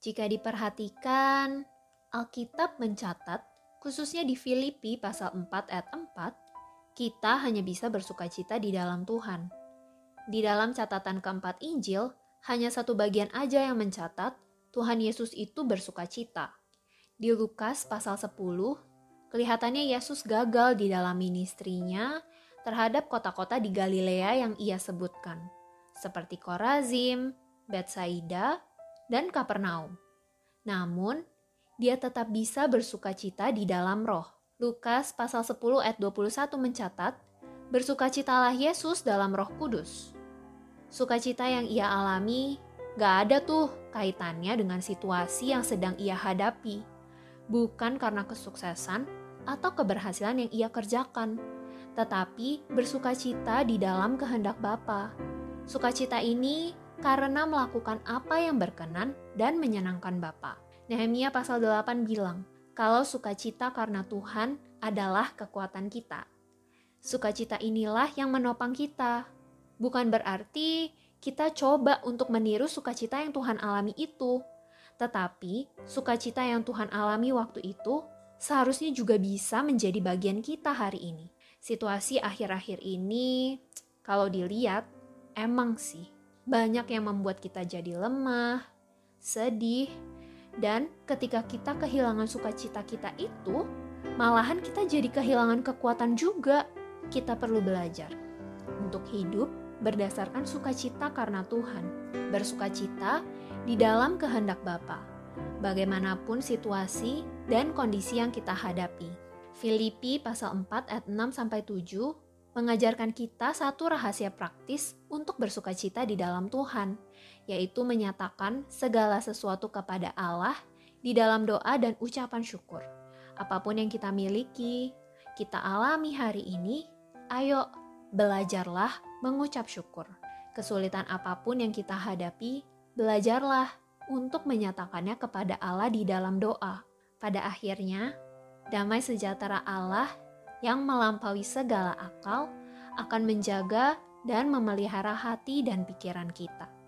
Jika diperhatikan, Alkitab mencatat, khususnya di Filipi pasal 4 ayat 4, kita hanya bisa bersukacita di dalam Tuhan. Di dalam catatan keempat Injil, hanya satu bagian aja yang mencatat Tuhan Yesus itu bersukacita. Di Lukas pasal 10, kelihatannya Yesus gagal di dalam ministrinya terhadap kota-kota di Galilea yang ia sebutkan, seperti Korazim, Betsaida, dan Kapernaum. Namun, dia tetap bisa bersukacita di dalam roh. Lukas pasal 10 ayat 21 mencatat, bersukacitalah Yesus dalam Roh Kudus. Sukacita yang ia alami gak ada tuh kaitannya dengan situasi yang sedang ia hadapi. Bukan karena kesuksesan atau keberhasilan yang ia kerjakan, tetapi bersukacita di dalam kehendak Bapa. Sukacita ini karena melakukan apa yang berkenan dan menyenangkan Bapa. Nehemia pasal 8 bilang, kalau sukacita karena Tuhan adalah kekuatan kita. Sukacita inilah yang menopang kita. Bukan berarti kita coba untuk meniru sukacita yang Tuhan alami itu. Tetapi sukacita yang Tuhan alami waktu itu seharusnya juga bisa menjadi bagian kita hari ini. Situasi akhir-akhir ini, kalau dilihat, emang sih banyak yang membuat kita jadi lemah, sedih, dan ketika kita kehilangan sukacita kita itu, malahan kita jadi kehilangan kekuatan juga. Kita perlu belajar untuk hidup berdasarkan sukacita karena Tuhan, bersukacita di dalam kehendak Bapa, bagaimanapun situasi dan kondisi yang kita hadapi. Filipi pasal 4 ayat 6-7 mengajarkan kita satu rahasia praktis untuk bersukacita di dalam Tuhan, yaitu menyatakan segala sesuatu kepada Allah di dalam doa dan ucapan syukur. Apapun yang kita miliki, kita alami hari ini, ayo belajarlah mengucap syukur. Kesulitan apapun yang kita hadapi, belajarlah untuk menyatakannya kepada Allah di dalam doa. Pada akhirnya, damai sejahtera Allah yang melampaui segala akal akan menjaga dan memelihara hati dan pikiran kita.